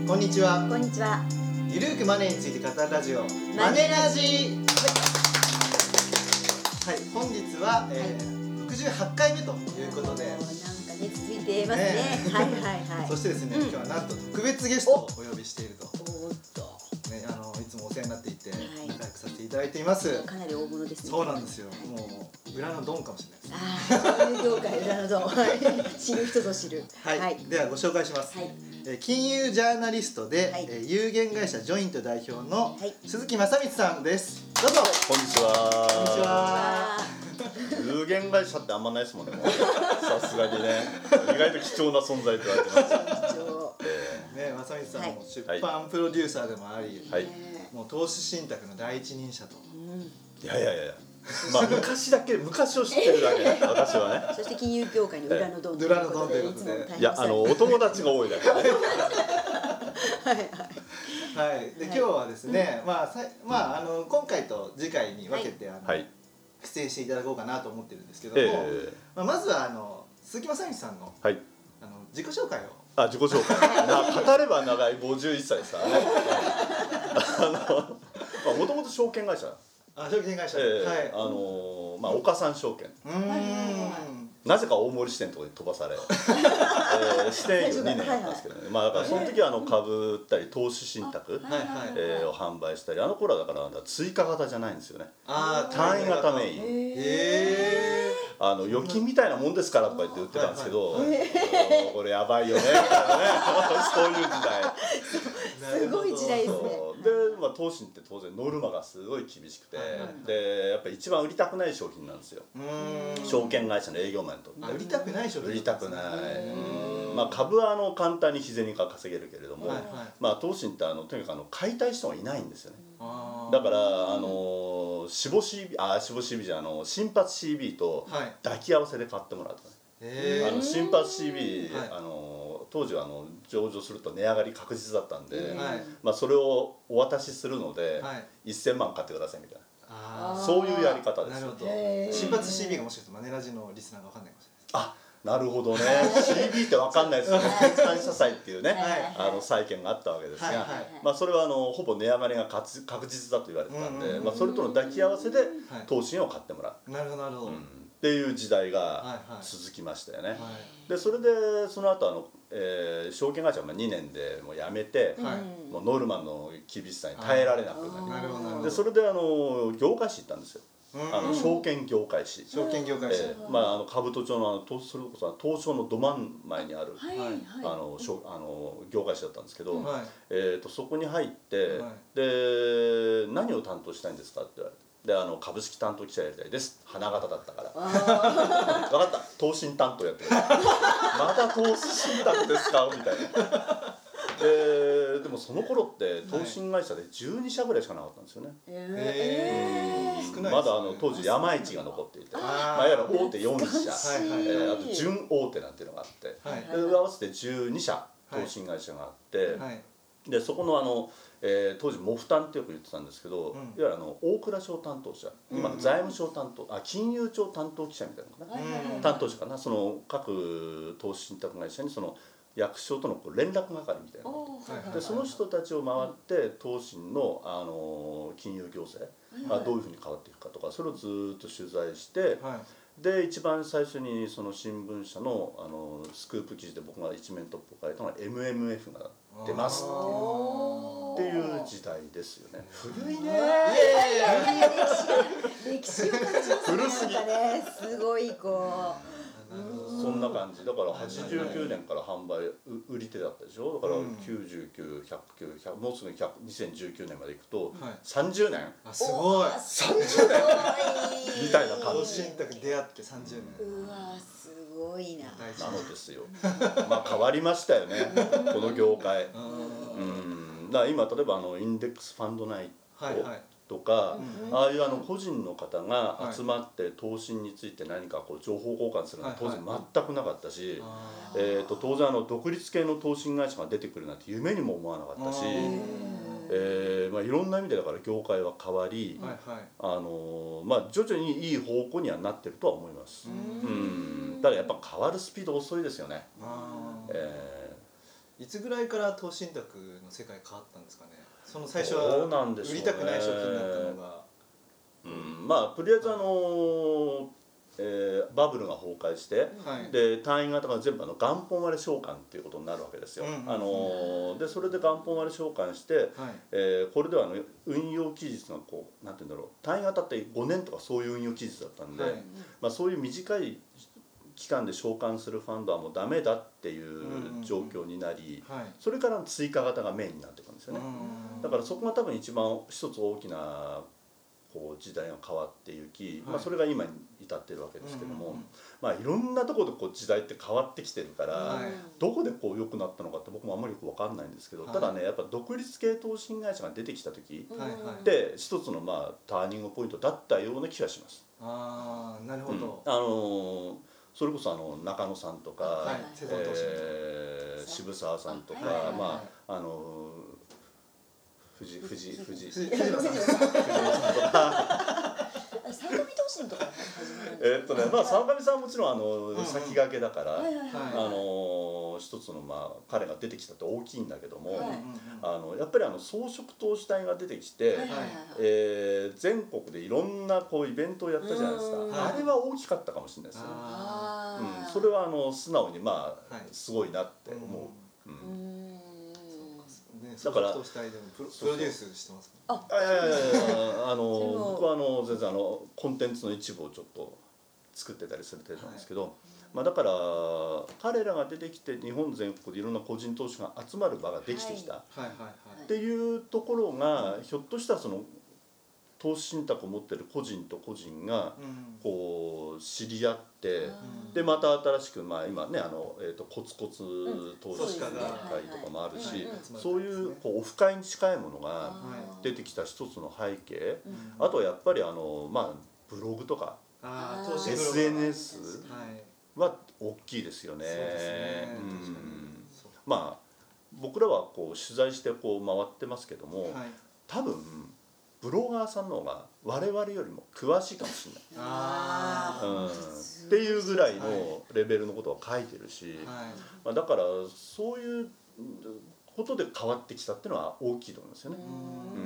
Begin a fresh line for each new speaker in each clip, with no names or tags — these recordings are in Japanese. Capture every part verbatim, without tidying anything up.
こんにちは。
こんにちは。
ゆるーくマネーについて語るラジオマネラジ。はい、本日は、えー、ろくじゅうはちかいめということで、
なんかね続いてますね。ねはいはいはい。
そしてですね、
うん、
今日はなんと特別ゲストをお呼びしていると。
おっと。
ね、あのいつもお世話になっていて、
はい、
仲良くさせていただいています。
かなり大物ですね。
そうなんですよ。もう裏のドンかもしれないです。
ああ、金融業界裏のドン。知る人ぞ知る。
はい。はい、ではご紹介します。はい、えー、金融ジャーナリストで、はい、えー、有限会社ジョイント代表の鈴木正光さんです。どうぞ。
こんにちは。
こんにちは。
有限会社ってあんまないですもんね。さすがにね。意外と貴重な存在と言われてます。
貴重。
ね、正光さんも出版プロデューサーでもあり、はい、もう投資信託の第一人者と。
うん、いやいやいや。まあ昔だけ昔を知ってるだけ私はね。
そして金融業界に裏のドン
ということで、いつも
いやあのお友達が多いだけ。はい
はい。で今日はですね、まあさまああの今回と次回に分けてあの出演していただこうかなと思ってるんですけども、まあまずはあの鈴木正光さんのあの自己紹介を。
あ、自己紹介。な語れば長いごじゅういっさいですからね。あのもともと証券会社。
あ、証券会社。はい。
あのまあ岡三証券。うん。なぜか大森支店のところに飛ばされ、えー、支店営業にねんやったんですけどね。まあだからその時はあの株売ったり投資信託えを販売したり、あの頃はだから追加型じゃないんですよね。ああ、単位型メイン。へえ。あの預金みたいなもんですからとか言って売ってたんですけど、これやばいよねみたいなね。そういう時代。
すごい時代ですね。
で、まあ投資って当然ノルマがすごい厳しくて、でやっぱり一番売りたくない商品なんですよ。証券会社の営業マンにとって。
売りたくない商品。
売りたくない。まあ株はあの簡単に日銭が稼げるけれども、まあ投資ってあのとにかくあの買いたい人がいないんですよね。だからあの死亡 シービー あ死亡 シービー じゃあの新発 シービー と抱き合わせで買ってもらうとかね。あの新発 シービー あの当時はあの上場すると値上がり確実だったんで、まあそれをお渡しするのでいっせんまん買ってくださいみたいな、そういうやり方です。
なるほど。新発 シービー がもしかしてマネラジのリスナーが分かんないかもしれないです。
あ、なるほどね。シービー って分かんないですよね。感謝祭っていうね、あの債券があったわけですが、まあそれはあのほぼ値上がりが確実だと言われてたんで、まあそれとの抱き合わせで投資を買ってもらう。
なるほどなるほど。
っていう時代が続きましたよね。でそれでその後あの、えー、証券会社はにねんでもう辞めて、はい、もうノルマンの厳しさに耐えられなくなり、でそれであの業界誌行ったんですよ。あの証券業界誌。
証券業界誌。
えー、まああの兜町のあのそれこそ東証のど真ん前にある、はい、あのしょあの業界誌だったんですけど、はい、えっとそこに入って、はい、で何を担当したいんですかって言われて。であの株式担当記者やりたいです花形だったから分かった投信担当やってくださいまた投資信託ですかみたいなで, でもその頃って投信会社でじゅうにしゃぐらいしかなかったんですよね。えー、少ないですね。まだあの当時山一が残っていて、まあ、いわゆる大手よんしゃ、あと準大手なんていうのがあって、はい、で合わせてじゅうにしゃ投信会社があって、はい、でそこのあのえー、当時モフタンってよく言ってたんですけど、うん、いわゆるあの大蔵省担当者、今の財務省担当、あ金融庁担当記者みたいなのかな、うん、担当者かな、その各投資信託会社にその役所とのこう連絡係みたいな、でその人たちを回って投信の、あの金融行政がどういうふうに変わっていくかとか、それをずっと取材して、はい、で一番最初にその新聞社の、あのスクープ記事で僕が一面トップを書いたのが エムエムエフ が出ますっていうっていう時代ですよね。
古いね。いやいやいや歴史を感じますね。
古すぎ。
すごいこう。
そんな感じだからはちじゅうきゅうねんから販売売り手だったでしょ。だからきゅうじゅうきゅう、ひゃくきゅう、ひゃくもうすぐにせんじゅうきゅうねんまでいくとさんじゅうねん。
あすごい。
さんじゅうねんみたいな感じ。
信託出会ってさんじゅうね
ん。うわすごいな。
なのですよ。まあ変わりましたよね。この業界。うん。だから今例えばあのインデックスファンド内とか、ああいうあの個人の方が集まって投資について何かこう情報交換するのは当然全くなかったし、えと当然あの独立系の投資会社が出てくるなんて夢にも思わなかったし、えーまあいろんな意味でだから業界は変わり、あのまあ徐々にいい方向にはなってるとは思います。うん。ただやっぱ変わるスピード遅いですよね。えー
いつぐらいから投資信託の世界変わったんですかね。その最初は売りたくない商品だったのが、
うん、まあとりあえずあのえー、バブルが崩壊して、はい、で単位型が全部あの元本割れ償還っていうことになるわけですよ。あのでそれで元本割れ償還して、はい、えー、これではあの運用期日がこうなんていうんだろう、単位型ってごねんとかそういう運用期日だったんで、はい、まあ、そういう短い期間で償還するファンドはもうダメだっていう状況になり、それから追加型がメインになっていくんですよね。だからそこが多分一番一つ大きなこう時代が変わっていき、はい、まあ、それが今に至ってるわけですけども、うんうん、まあ、いろんなところでこう時代って変わってきてるから、はい、どこでこう良くなったのかって僕もあんまりよく分かんないんですけど、はい、ただねやっぱ独立系投信会社が出てきた時で一つのまあターニングポイントだったような気がします。
あー、なるほど、
うん、あのー、それこそあの中野さんとか、はい、えー、渋沢さんとか、はいはいはい、まああのー藤井藤井藤井藤井さんとか
沢上投信とか始めるんですか。
えっとね、まあ沢上さんはもちろんあの先駆けだから、あの一つのまあ彼が出てきたって大きいんだけども、はい、あのやっぱりあの装飾投資隊が出てきて、はい、えー、全国でいろんなこうイベントをやったじゃないですか。あれは大きかったかもしれないですね。うん、それはあの素直にまあ、はい、すごいなって思う。うん、
だからプロデュースしてます。
あ、いやいやいや、あの僕はあの全然あのコンテンツの一部をちょっと作ってたりする程度なんですけど、はい、まあだから彼らが出てきて日本全国でいろんな個人投資が集まる場ができてきたっていうところが、ひょっとしたらその投資信託を持ってる個人と個人がこう知り合って、うん、でまた新しく、まあ、今ねあの、えー、とコツコツ投資会とかもあるし、そういうこうオフ会に近いものが出てきた一つの背景、あとはやっぱりあの、まあ、ブログとか エスエヌエス は大きいですよね。まあ僕らはこう取材してこう回ってますけども、多分ブロガーさんの方が我々よりも詳しいかもしれない。あ、うん、っていうぐらいのレベルのことを書いてるし、はい、まあ、だからそういうことで変わってきたっていうのは大きいと思いますよね。うん、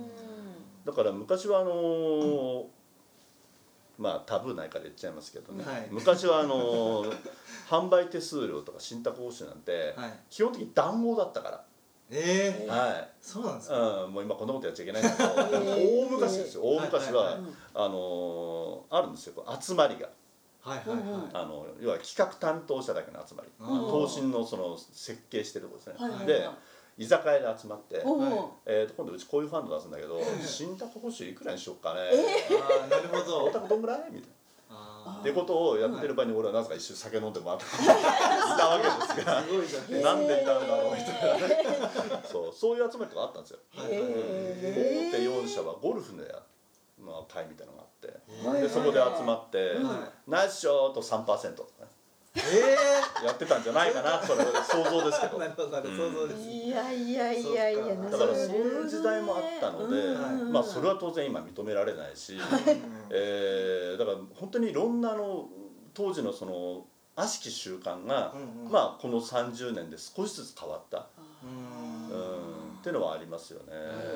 だから昔はあのー、まあタブーないから言っちゃいますけどね、はい、昔はあのー、販売手数料とか信託報酬なんて基本的に談合だったから。
えー、
はい、
そうなんですか。
うん、もう今こんなことやっちゃいけないんだけど、大昔ですよ。大昔は、はいはいはい、あのー、あるんですよ。集まりが。はいはいはい。あの要は企画担当者だけの集まり。投信のその設計してるとこですね。はいはいはい、で居酒屋で集まって、えー、と今度うちこういうファンド出すんだけど、信託報酬いくらにしようかね。
えー、あ、なるほど。
お宅どんぐらいみたいな。ってことをやってる場合に俺はなぜか一緒に酒飲んで回っていたわけですが、なんでいたんだろうみたいな、そうそういう集まりとかあったんですよ。大手よん社はゴルフの会みたいなのがあって、でそこで集まって「ナイスショット さんパーセント」とかね、えー、やってたんじゃないかな。それ想像ですけど。
なるほど、想像です。
いやいやいやいや、
だからそういう時代もあったので、まあそれは当然今認められないし、えー、だから本当にいろんなの当時のその悪しき習慣が、まあこのさんじゅうねんで少しずつ変わったうんっていうのはありますよね。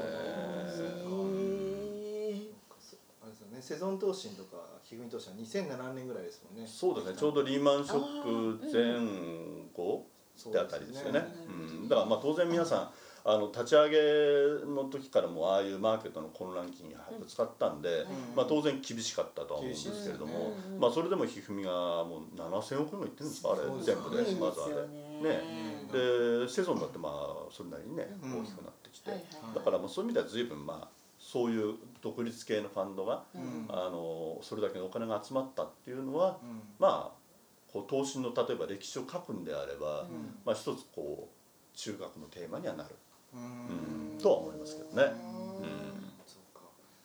セゾン投信とかひぐみ投資はにせんななねんぐらいですもんね。
そうですね、ちょうどリーマンショック前後ってあたりですよね。うん、だからまあ当然皆さんあの立ち上げの時からもああいうマーケットの混乱期にぶつかったんで、まあ当然厳しかったとは思うんですけれども、まあそれでもひふみがもうななせんおくえんもいってるんですか、あれ全部でまずあれね。でセゾンだってまあそれなりにね大きくなってきて、だからもうそういう意味では随分まあそういう独立系のファンドが、うん、あのそれだけのお金が集まったっていうのは、うん、まあこう投資の例えば歴史を書くんであれば、うん、まあ一つこう中学のテーマにはなる、うん、とは思いますけどね。うん、
そうか。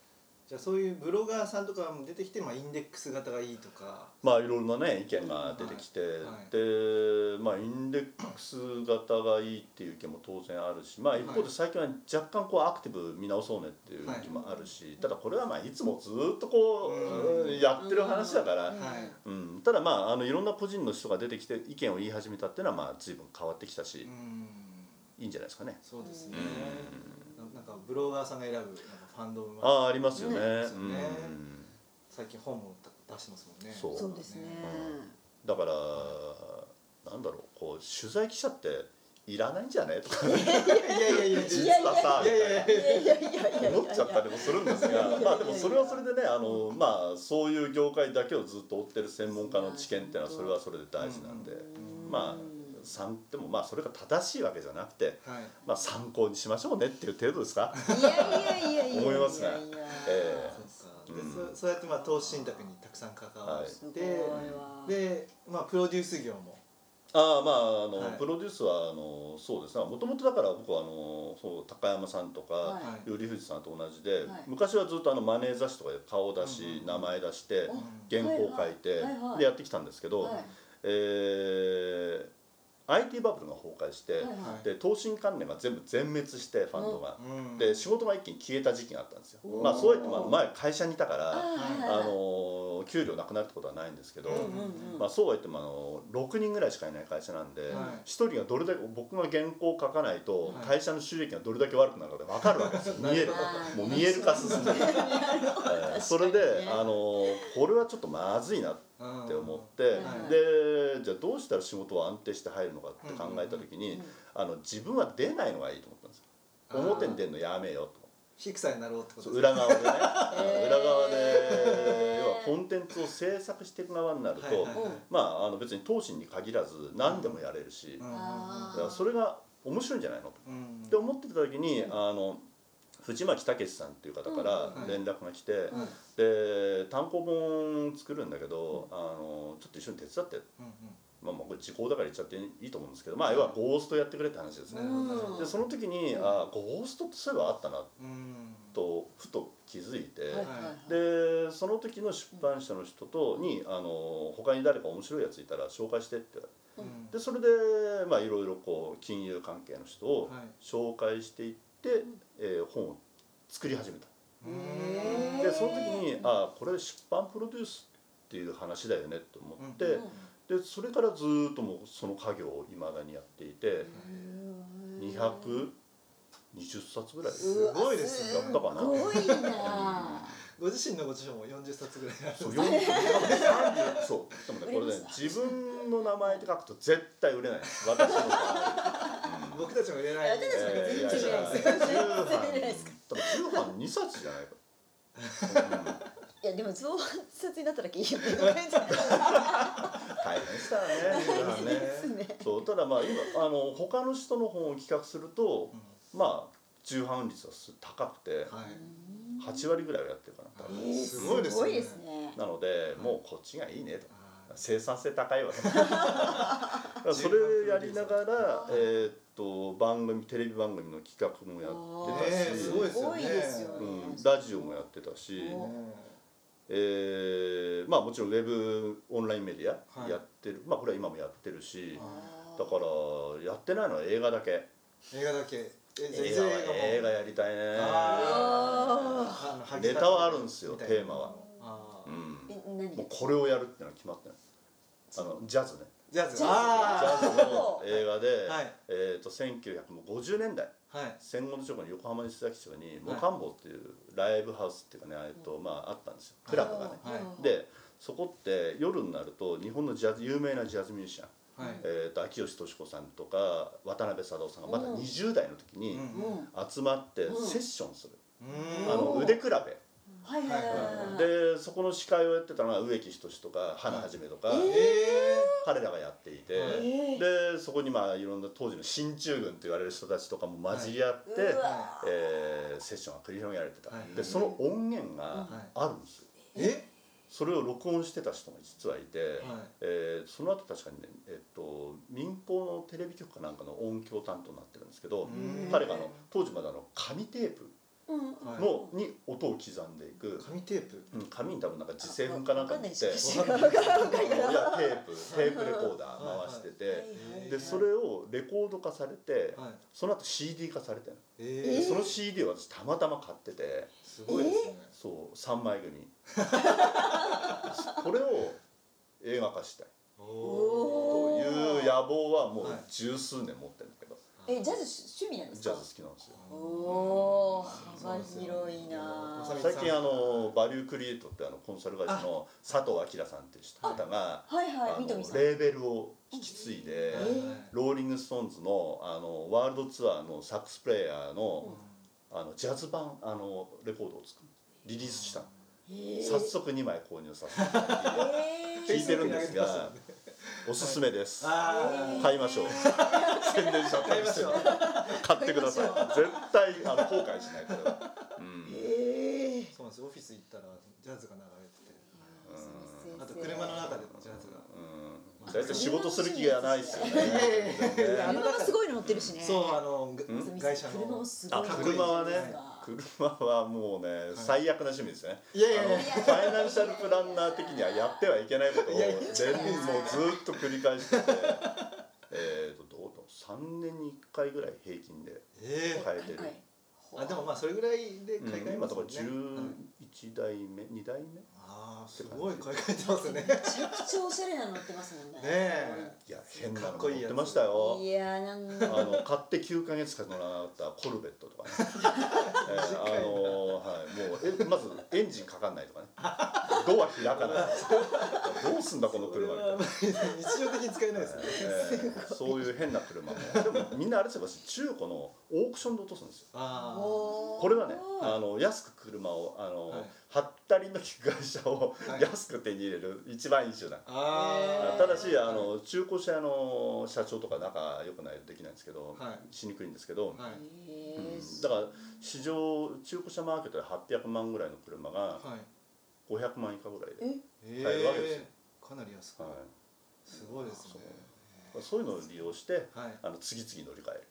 じゃあそういうブロガーさんとかも出てきて、まあ、インデックス型がいいとか
まあいろいろなね意見が出てきて、はいはい、でまあインデックス型がいいっていう意見も当然あるし、まあ一方で最近は若干こうアクティブ見直そうねっていう意見もあるし、はい、ただこれはまあいつもずっとこう、うん、やってる話だから、うん、うん、ただまああのいろんな個人の人が出てきて意見を言い始めたっていうのはまあ随分変わってきたし、うん、いいんじゃないですかね。
そうですね、うん、なんかブロガーさんが選ぶなんかファンドも
ああありますよね、ね、
うん、最近本も出してますもんね。
そう、そうですね、
うん、だからなんだろうこう取材記者っていらないんじゃねとかいやいやいや実はさ思っちゃったりもするんですが、まあでもそれはそれでねあのまあそういう業界だけをずっと追ってる専門家の知見っていうのはそれはそれで大事なんで、まあ参でもまあそれが正しいわけじゃなくて、はい、まあ参考にしましょうねっていう程度ですか。
いやいやいやいや
思いますね。
ええー、で、うん、そ, そうやってまあ投資信託にたくさん関わって、はい、でまあプロデュース業も。
ああまああの、はい、プロデュースはあのそうですねもともとだから僕はあのそう高山さんとか頼藤さんと同じで、はい、昔はずっとあのマネー雑誌とかで顔出し、うん、名前出して原稿書いて、はいはい、でやってきたんですけど、はい、えーアイティー バブルが崩壊して、はいはい、で投信関連が全部全滅してファンドが、うん、で仕事が一気に消えた時期があったんですよ。まあそうやってまあ前会社にいたからあの給料なくなるってことはないんですけど、まあそうは言ってもあのろくにんぐらいしかいない会社なんで、はい、ひとりがどれだけ僕が原稿を書かないと会社の収益がどれだけ悪くなるかで分かるわけですよ。見えるもう見える化進んでる、えー、それであのこれはちょっとまずいなって思って、はい、でじゃあどうしたら仕事は安定して入るのかって考えた時に、うんうん、あの自分は出ないのがいいと思ったんですよ。表に出るのやめようと。
フィクサーになろうってことです
か。裏側でね裏側で要はコンテンツを制作していく側になると、はいはいはい、まああの別に投資に限らず何でもやれるし、うん、だからそれが面白いんじゃないのと、うん、って思ってた時に、うん、あの藤巻武さんっていう方から連絡が来て、うんはい、で単行本作るんだけど、うん、あのちょっと一緒に手伝って、うんうん、まあまあこれ時効だから言っちゃっていいと思うんですけど、まあ要はゴーストやってくれって話ですね。うん、でその時に、うん、あゴーストってそういえばあったなとふと気づいて、うん、でその時の出版社の人とにあの他に誰か面白いやついたら紹介してって言われて、うん、でそれでまあいろいろこう金融関係の人を紹介していって、はいえー、本を作り始めた。でその時にあこれ出版プロデュースっていう話だよねと思って、うん、でそれからずっともうその家業をいまだにやっていてにひゃくにじゅっさつぐらい
すごいです
やったかな。
すごいな
ご自身のご著書もよんじゅっさつぐらいある。
そうよんじゅうそうでもねこれね自分の名前って書くと絶対売れない。私の名前、
うん、僕たちも売れない。
私たちも全然売れないです。全然売れないですか。
多分じゅうはんにさつじゃないか。
いやでも増刷になったらいいよね。
大変したね。ねそうただまあ今あの他の人の本を企画すると、うん、まあ重版率は高くて、はい、はちわりぐらいはやってるかな。
えー、すごいですね。
ですね
なのでもうこっちがいいねと。生産性高いわ。それやりながらえー、っと番組テレビ番組の企画もやってたし、
えー、すごいですよね。
うん、ラジオもやってたし。えー、まあもちろんウェブオンラインメディアやってる、はい、まあこれは今もやってるしだからやってないのは映画だけ
映画だけえ
映画は映画やりたいね。ネタはあるんですよテーマはあ、うん、もうこれをやるってのは決まってない。あのジャズね
ジャズ
ジャズの映画で、はい、えーとせんきゅうひゃくごじゅうねんだい、はい、戦後の直後に横浜西崎町にモカンボっていうライブハウスっていうかね、えーとまあ、あったんですよクラブがね、はい、でそこって夜になると日本のジャズ有名なジャズミュージシャン、はいえーと秋吉敏子さんとか渡辺貞夫さんがまだにじゅうだいの時に集まってセッションする、うん、あの腕比べはいはいはい、でそこの司会をやってたのが植木仁とか花はじめとか、えー、彼らがやっていて、えー、でそこにまあいろんな当時の進駐軍と言われる人たちとかも混じり合って、はいえー、セッションが繰り広げられてた、はい、でその音源があるんですよ、はい、えそれを録音してた人が実はいて、はいえー、その後確かにね、えっと、民放のテレビ局かなんかの音響担当になってるんですけど彼があの当時まであの紙テープのに音を刻んでいく
紙テープ、
うん、紙に多分なんか自製粉かなんか持っていやテープテープレコーダー回しててでそれをレコード化されてその後 シーディー 化されてる、えー、その シーディー を私たまたま買ってて
すごいですね、
そうさんまい組これを映画化したいという野望はもう十数年持ってるんだけど、
え、ジャズ趣味なんですか？
ジャズ好きなんですよ。
おお、幅広いな。
最近あのバリュークリエイトってあのコンサル会社の佐藤明さんっていう方がレーベルを引き継いでローリングストーンズのあのワールドツアーのサックスプレイヤーのあのジャズ版あのレコードを作るリリースしたの。早速にまい購入させていただき聞いてるんですがおすすめです。買いましょう。宣伝しちゃったりして買ってください。絶対あの後悔しないから。うん。
そうなんです。オフィス行ったらジャズが流れてて、あと車の中でもジャズが。
大体仕事する気がないですよね。
車もすごいの乗ってるしね。
そうあの会社の
車もすごい。
車はね。車はもうね最悪な趣味ですね。
いやいやいや。
ファイナンシャルプランナー的にはやってはいけないことを連もうずっと繰り返してて、えっとどうださんねんにいっかいぐらい平均で変えてる。
あでもまあそれぐらいで買い替えますもんね。
今だからじゅういちだいめにだいめ。
ああすごい買い替えてますね。
めちゃくちゃおしゃれなの乗ってますもんね。ね
え。
いや変なの乗ってましたよ。
いやなん
あの買ってきゅうかげつか乗らなかったコルベットとかね。えー、あのはいもうえまずエンジンかかんないとかね。ドア開かない。どうすんだこの車みたいな。
日常的に使えないですね。
えー、そういう変な車も。でもみんなあれですよ中古のオークションで落とすんですよ。あこれはねあの安く車をあの、はい、はったりの利く会社を安く手に入れる一番いい手段。あただしあの中古車の社長とか仲良くないとできないんですけど、はい、しにくいんですけど、はいうん、だから市場中古車マーケットではっぴゃくまんぐらいの車がごひゃくまん以下ぐらいで買えるわけですよ。
かなり安く、はい、すごいですね。
そういうのを利用して、はい、あの次々乗り換える。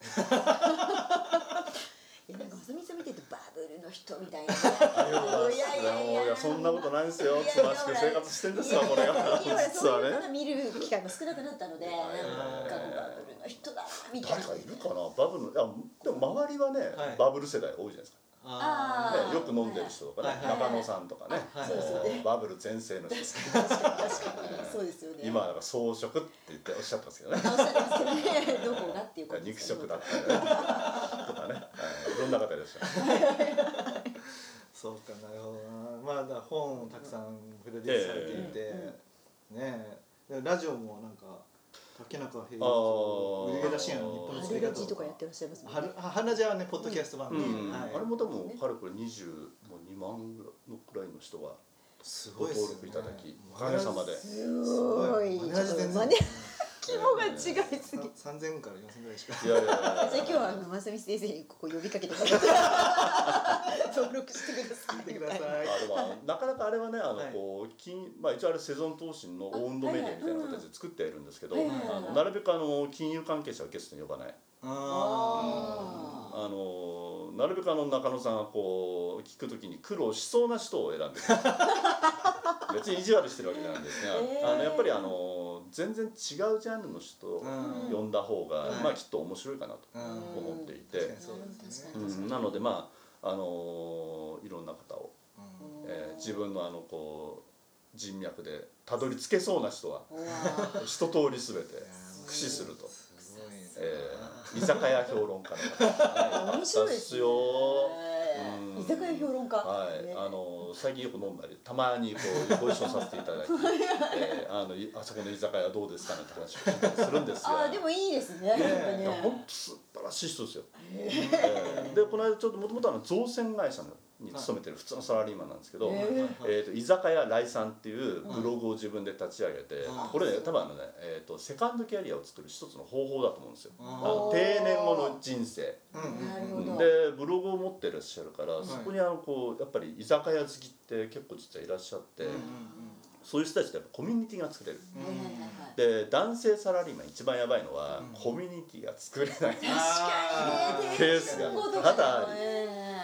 いやなんか細見さん見てるとバブルの人みたいな。
いやいやいやいやそんなことないですよ。つましく生活してんですわこれが。
実はね。見る機会も少なくなったので、なんかバブルの人だみたいな。
誰かいるかなバブルの。でも周りはねバブル世代多いじゃないですか。ね、よく飲んでる人とかね、中野さんとかね、バブル全盛の人。
確かにそうですよね。
今なんか草食って言っておっしゃってますけどね。
おっしゃってますけどね。どこがっていうこと。
肉食だったりとかね、いろんな方いらっしゃる。
そうかなるほどな。まあ本をたくさんプロデュースされていて、ねえ、ラジオもなんか。竹中平洋上田晋也の日本の作り方とかやってらっしゃいますもんね。はなじゃはねポッドキャスト番組。
あれも多分かれこれにじゅうにまんぐらいの人がご登録いただきおかげさまで。
すごい。規模が違いすぎ。
三千から四千ぐらいしか。
いやいやいや。
じゃあ今日はあの正見先生にここ呼びかけてください。登録してください。
してください。
あでもなかなかあれはねあのこう金まあ一応あれセゾン投信のオウンドメディアみたいな形で作っているんですけど、あのなるべくあの金融関係者をゲストに呼ばない。ああのなるべくあの中野さんがこう聞くときに苦労しそうな人を選んでる。別に意地悪してるわけじゃないんですね。あのやっぱりあの全然違うジャンルの人を呼んだ方がまあきっと面白いかなと思っていて、なのでまああのいろんな方をえ自分のあのこう人脈でたどり着けそうな人は一通りすべて駆使すると。えー、居酒屋評論家の
方面白いですよ。居酒屋評論家。
はい、あの最近よく飲んだり、たまにこうご一緒させていただいて、えー、あのあそこの居酒屋どうですかねって話を聞いたりするんですよ。
あでもいいですね。
本当素晴らしい人ですよ。でこの間ちょっともともとあの造船会社に勤めてる普通のサラリーマンなんですけど、えと居酒屋来さんっていうブログを自分で立ち上げて、これね多分あのねえとセカンドキャリアを作る一つの方法だと思うんですよ。定年後の人生でブログを持ってらっしゃるから、そこにあのこうやっぱり居酒屋好きって結構実はいらっしゃって。そういう人たちってやっぱコミュニティが作れる。で男性サラリーマン一番やばいのは、うん、コミュニティが作れないケースが多々あり、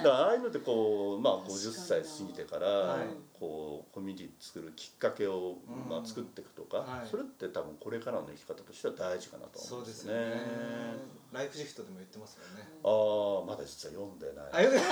からああいうのってこう、まあ、ごじゅっさい過ぎてからこうコミュニティ作るきっかけを、まあ、作っていくとか、はい、それって多分これからの生き方としては大事かなと思うんですね。そうですよね。
ライフシフトでも言ってますよね。
ああ、まだ実は読んでない。あ、読んでない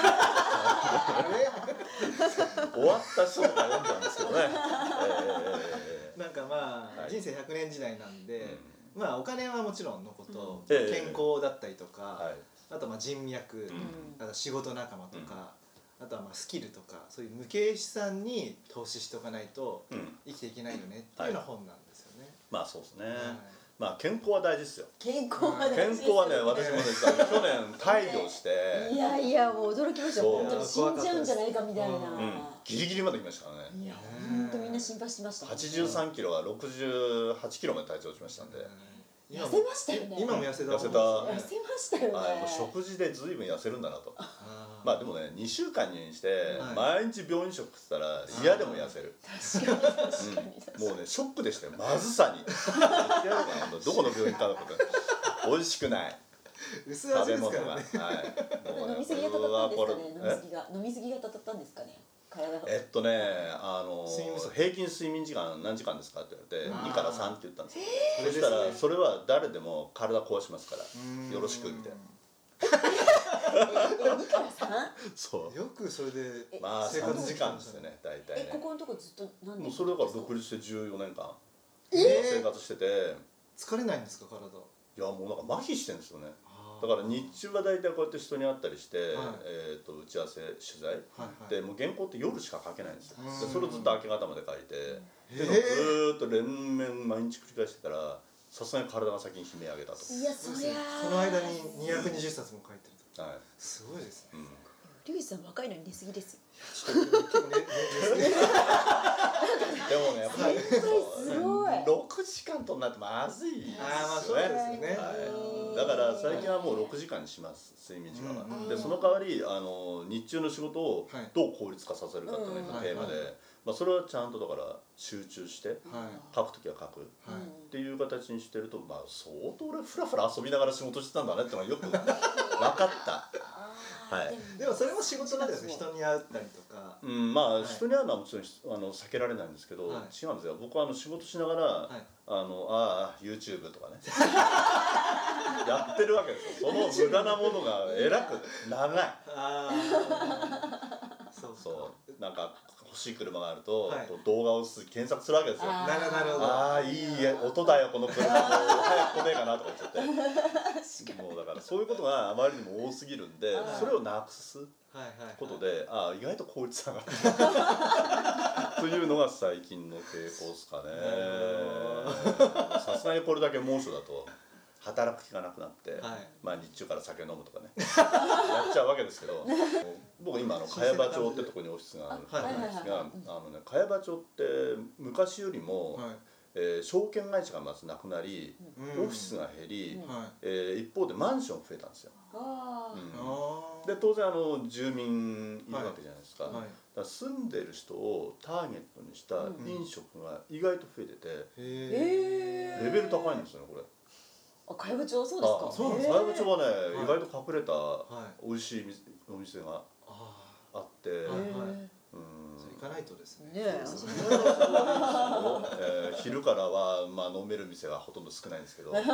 終わった人が読んだんですけどね。
えー、なんかまあ、はい、人生ひゃくねん時代なんで、うん、まあお金はもちろんのこと、うん、健康だったりとか、はい、あとまあ人脈、うん、あと仕事仲間とか、うん、あとはまあスキルとか、そういう無形資産に投資しておかないと生きていけないよねっていうような本なんですよね。はい、
まあそうですね。はい、まあ健康は大事ですよ。
健康は大事です。
健康はね、私もね、去年大病して。
いやいや、もう驚きました。本当に死んじゃうんじゃないかみたいな。うん、
ギリギリまで来ましたからね。
いや、本当みんな心配してました。
はちじゅうさんキロはろくじゅうはちキロまで体重落ちましたんで。
痩せましたよね。
今も痩せた。
痩せた。
痩せましたよね。
もう食事でずいぶん痩せるんだなと。まあでもね、にしゅうかん入院して毎日病院食食ったら嫌でも痩せる。
確かに確かに。
もうね、ショックでしたよ、まずさに。言ってやろうかな、どこの病院かのこと。美味しくない。
薄味ですからね。
飲みすぎがたたったんですかね。飲みすぎが飲みすぎがたたったんですかね。
えっとね、あの平均睡眠時間何時間ですかって言われてにからさんって言ったんですよ。そしたらそれは誰でも体壊しますからよろしくみたいな。
にからさん？
そう。
よくそれで
まあさんじかんですよね、大体ね。
え、ここのとこずっと何年？
もうそれだから独立してじゅうよねんかん生活してて。
疲れないんですか、体？
いや、もうなんか麻痺してるんですよね。だから日中は大体こうやって人に会ったりして、はい、えー、と打ち合わせ取材、はいはい、でもう原稿って夜しか書けないんですよ。でそれをずっと明け方まで書いて、でずっと連綿毎日繰り返してたらさすがに体が先に悲鳴上げたと。
いや、そりゃ
その間ににひゃくにじゅっさつも書いてると、はい、すごいですね。
リュウジさん若いのに寝すぎですよ。
でもね、やっぱり
すごい
ろくじかんとなってまずいですよね。
ああ、まあそうですよね。
だから最近はもうろくじかんにします、睡眠時間は。でその代わりあの日中の仕事をどう効率化させるかっていうのがテーマで、まあそれはちゃんとだから集中して書くときは書くっていう形にしてると、まあ相当俺フラフラ遊びながら仕事してたんだねってのがよく分かった。はい、
でもそれも仕事なんですね。人に会ったりとか、
うん、まあ、はい、人に会うのはもちろんあの避けられないんですけど、はい、違うんですよ。僕はあの仕事しながら、はい、あのああ YouTube とかねやってるわけですよ。その無駄なものがえらく長い。あそうそうなんか欲しい車があると、はい、動画を検索するわけですよ。
なるほど。
ああいい音だよこの車、早く来ねえかなとか言っちゃってもうだからそういうことがあまりにも多すぎるんで、それをなくすことで、ああ意外と効率上がるというのが最近の傾向ですかね。さすがにこれだけ猛暑だと働く気がなくなって、はい、まあ日中から酒飲むとかねやっちゃうわけですけど僕今あの茅場町ってとこにオフィスがあるんですが、あのね茅場町って昔よりも、はい、えー、証券会社がまずなくなり、うん、オフィスが減り、うん、えー、一方でマンション増えたんですよ。あ、うん、で当然あの住民いるわけじゃないですか。はいはい、だから住んでる人をターゲットにした飲食が意外と増えてて、うん、レベル高いんですよねこれ。
あ、茅場町そうですか。
そうなんです。茅場町はね、意外と隠れた美味しいお店があって、うん、
行かないとですね。
昼からはまあ飲める店がほとんど少ないんですけど。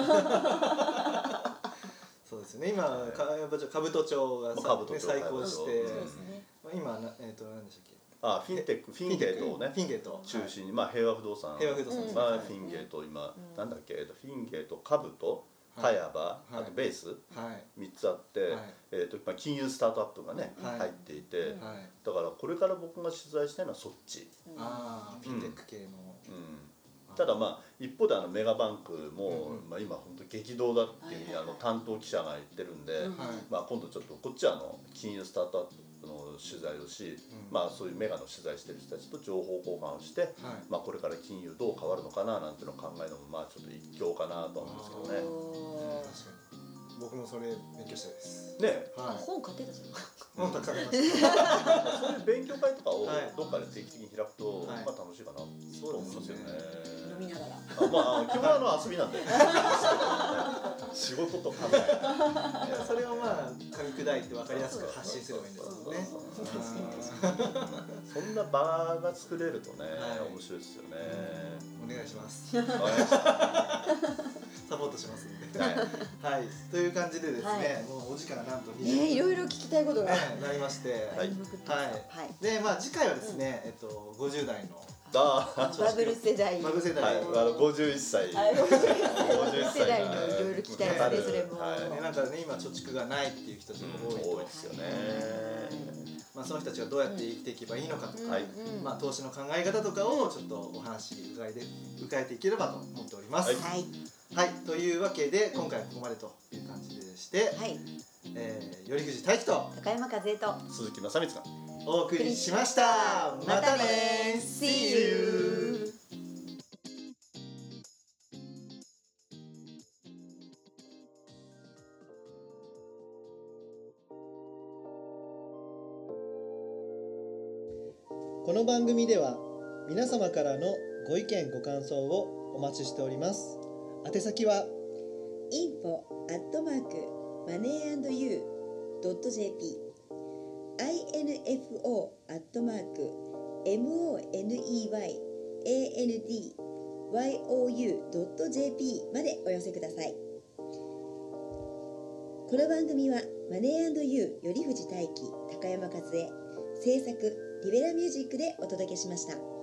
そうですね。今茅場町、兜町が再興して、今えっと何でしたっけ。
あ、フィンテック、フィンゲートをね、
フィンゲート
中心に、まあ平和不動産、
平和不動産
はフィンゲート今なんだっけ、フィンゲート、カブト、タヤバ、あとベースみっつあって、えっと金融スタートアップがね入っていて、だからこれから僕が取材したいのはそっち。
ああ、フィンテック系の。
ただまあ一方であのメガバンクもまあ今本当激動だっていうふうにあの担当記者が言ってるんで、まあ今度ちょっとこっちはあの金融スタートアップの取材をし、うん、まあそういうメガの取材してる人たちと情報交換をして、はい、まあこれから金融どう変わるのかななんていうのを考えるのもまあちょっと一興かなと思うんですけどね。
うん、確かに僕もそれ勉強したいです
ね。
はい、本買ってたじゃん。
本買いました。
そういう勉強会とかをどっかで定期的に開くと、はい、まあ楽しいかなと思いますよね。
飲みながら。
あ、まあ基本はあの遊びなんで。 仕事とカメラ
それをまあ噛み砕いて分かりやすく発信すればいいんですもんね。
そんな場が作れるとね、面白いですよね。
お願いしますサポートしますんで、はい、はい、という感じでですね、はい、もうお時間がなんとにじゅっぷん、
ね、いろいろ聞きたいことが、
ね、なりまして、はい、はい、で、まあ次回はですね、うん、えっとごじゅう代の
バブル世代、
バブル世代、
はい、あのごじゅういっさい、
ごじゅういっ世代のいろいろ聞きたいですね、それも。
はい、なんかね、今貯蓄がないっていう人たちも多いと、
多いですよね。
まあその人たちがどうやって生きていけばいいのかとか、まあ投資の考え方とかをちょっとお話伺いで伺えていければと思っております。はい。はい、というわけで今回はここまでという感じでして、はい、えー、頼藤大樹と
高山和恵と
鈴木正光が
お送りしました。またね See you。この番組では皆様からのご意見ご感想をお待ちしております。宛先は
インフォ アットマーク マネー アンド ユー ドット ジェーピー インフォ アットマーク モネー アンド ユー ドット ジェーピー までお寄せください。この番組はマネー アンド ユー 頼藤大樹高山和恵制作リベラミュージックでお届けしました。